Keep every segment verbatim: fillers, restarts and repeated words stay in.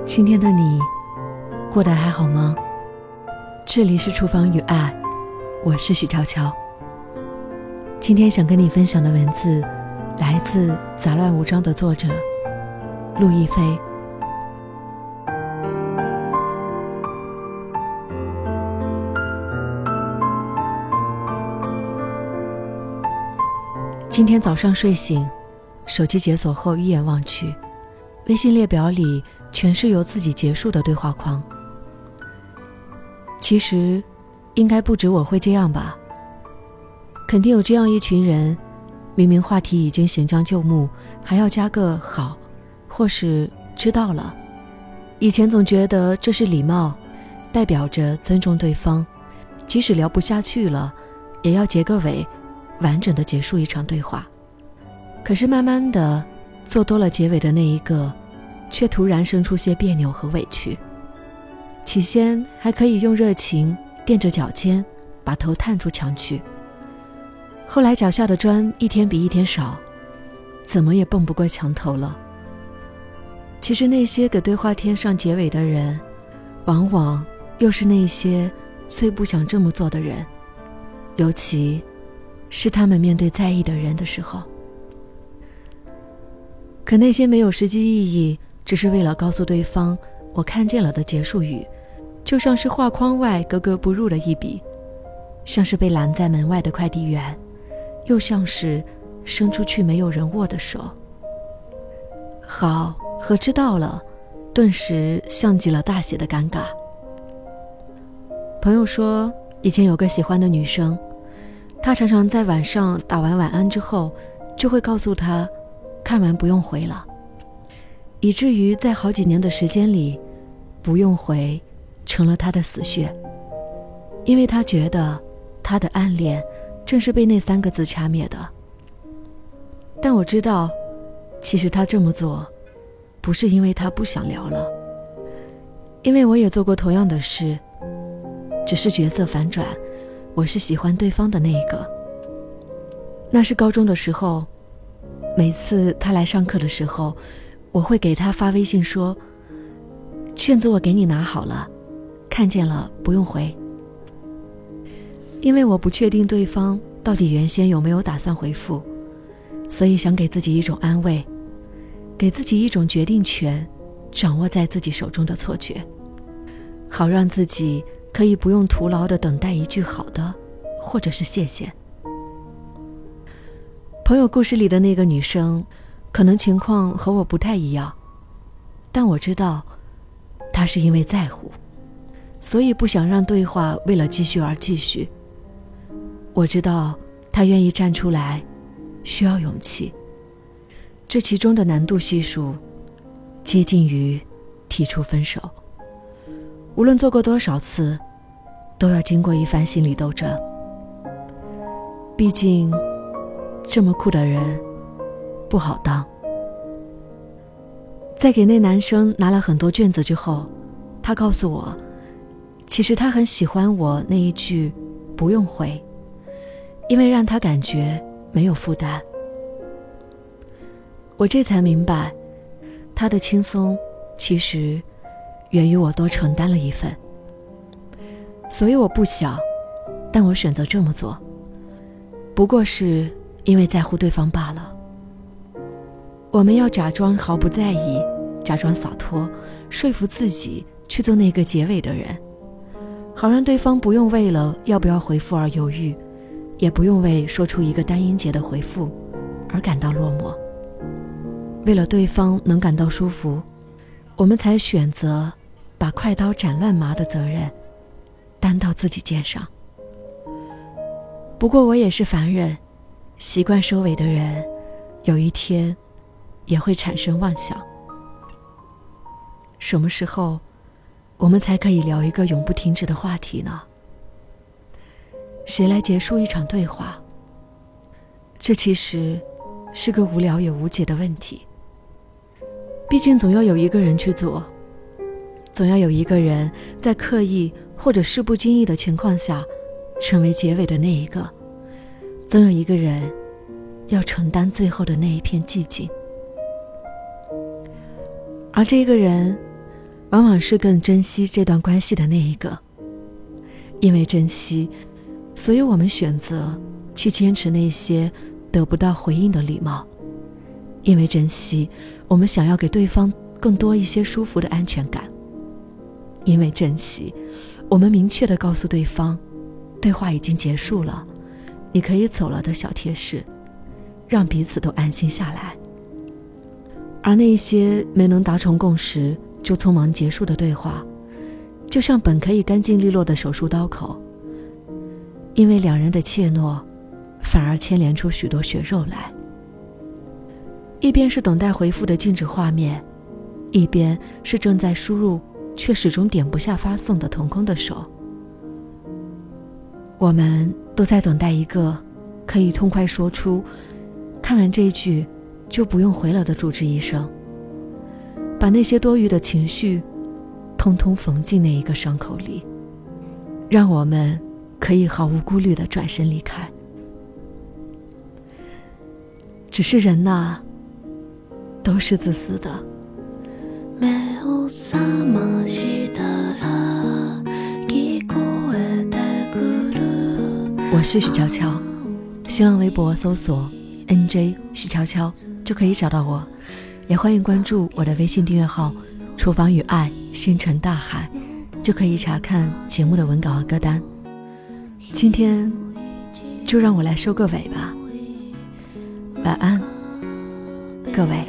今天的你过得还好吗？这里是厨房与爱，我是许悄悄。今天想跟你分享的文字来自杂乱无章的作者陆亦菲。今天早上睡醒，手机解锁后一眼望去，微信列表里全是由自己结束的对话框。其实应该不止我会这样吧，肯定有这样一群人，明明话题已经行将就木，还要加个好或是知道了。以前总觉得这是礼貌，代表着尊重对方，即使聊不下去了也要结个尾，完整的结束一场对话。可是慢慢的做多了结尾的那一个，却突然生出些别扭和委屈。起先还可以用热情垫着脚尖把头探出墙去，后来脚下的砖一天比一天少，怎么也蹦不过墙头了。其实那些给对话贴上结尾的人，往往又是那些最不想这么做的人，尤其是他们面对在意的人的时候。可那些没有实际意义，只是为了告诉对方我看见了的结束语，就像是画框外格格不入的一笔，像是被拦在门外的快递员，又像是伸出去没有人握的手。好和知道了顿时像极了大写的尴尬。朋友说以前有个喜欢的女生，他常常在晚上打完晚安之后就会告诉他看完不用回了，以至于在好几年的时间里，不用回成了他的死穴。因为他觉得他的暗恋正是被那三个字掐灭的。但我知道其实他这么做不是因为他不想聊了，因为我也做过同样的事，只是角色反转，我是喜欢对方的那一个。那是高中的时候，每次他来上课的时候，我会给他发微信说，卷子我给你拿好了，看见了不用回。因为我不确定对方到底原先有没有打算回复，所以想给自己一种安慰，给自己一种决定权掌握在自己手中的错觉，好让自己可以不用徒劳地等待一句好的或者是谢谢。朋友故事里的那个女生可能情况和我不太一样，但我知道她是因为在乎，所以不想让对话为了继续而继续。我知道她愿意站出来需要勇气，这其中的难度系数接近于提出分手。无论做过多少次，都要经过一番心理斗争。毕竟这么酷的人不好当。在给那男生拿了很多卷子之后，他告诉我，其实他很喜欢我那一句不用回，因为让他感觉没有负担。我这才明白，他的轻松其实源于我多承担了一份。所以我不想，但我选择这么做，不过是因为在乎对方罢了。我们要假装毫不在意，假装洒脱，说服自己去做那个结尾的人，好让对方不用为了要不要回复而犹豫，也不用为说出一个单音节的回复而感到落寞。为了对方能感到舒服，我们才选择把快刀斩乱麻的责任担到自己肩上。不过我也是凡人，习惯收尾的人，有一天也会产生妄想。什么时候我们才可以聊一个永不停止的话题呢？谁来结束一场对话？这其实是个无聊也无解的问题。毕竟总要有一个人去做，总要有一个人在刻意或者是不经意的情况下成为结尾的那一个，总有一个人要承担最后的那一片寂静。而这个人往往是更珍惜这段关系的那一个。因为珍惜，所以我们选择去坚持那些得不到回应的礼貌。因为珍惜，我们想要给对方更多一些舒服的安全感。因为珍惜，我们明确地告诉对方，对话已经结束了，你可以走了的小贴士，让彼此都安心下来。而那些没能达成共识就匆忙结束的对话，就像本可以干净利落的手术刀口，因为两人的怯懦，反而牵连出许多血肉来。一边是等待回复的静止画面，一边是正在输入却始终点不下发送的腾空的手。我们都在等待一个可以痛快说出看完这一句就不用回了的主治医生，把那些多余的情绪通通缝进那一个伤口里，让我们可以毫无顾虑地转身离开。只是人呐，都是自私的。我是许悄悄，新浪微博搜索 N J 许悄悄就可以找到我，也欢迎关注我的微信订阅号厨房与爱星辰大海，就可以查看节目的文稿和歌单。今天就让我来收个尾吧，晚安各位。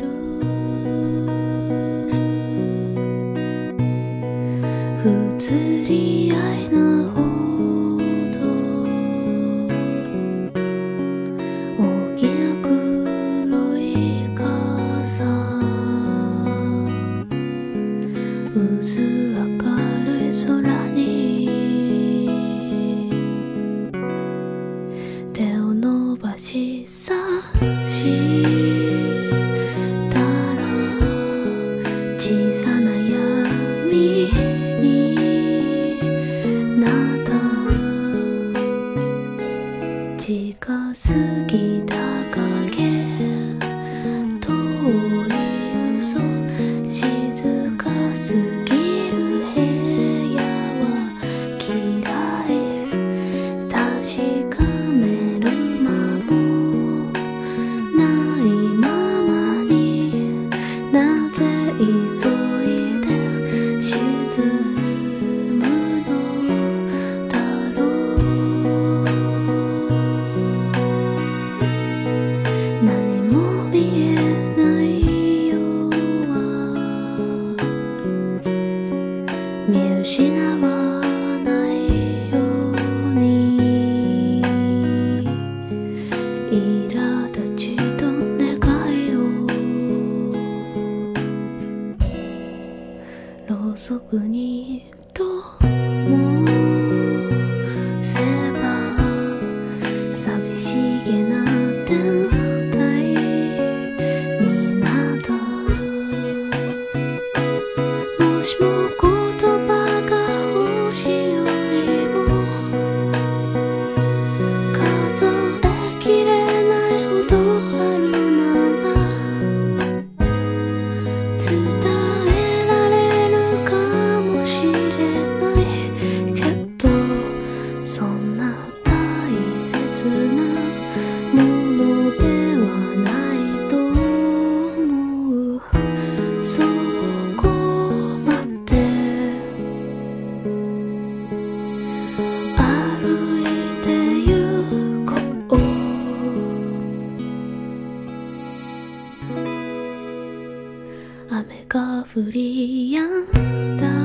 雨が降り止んだ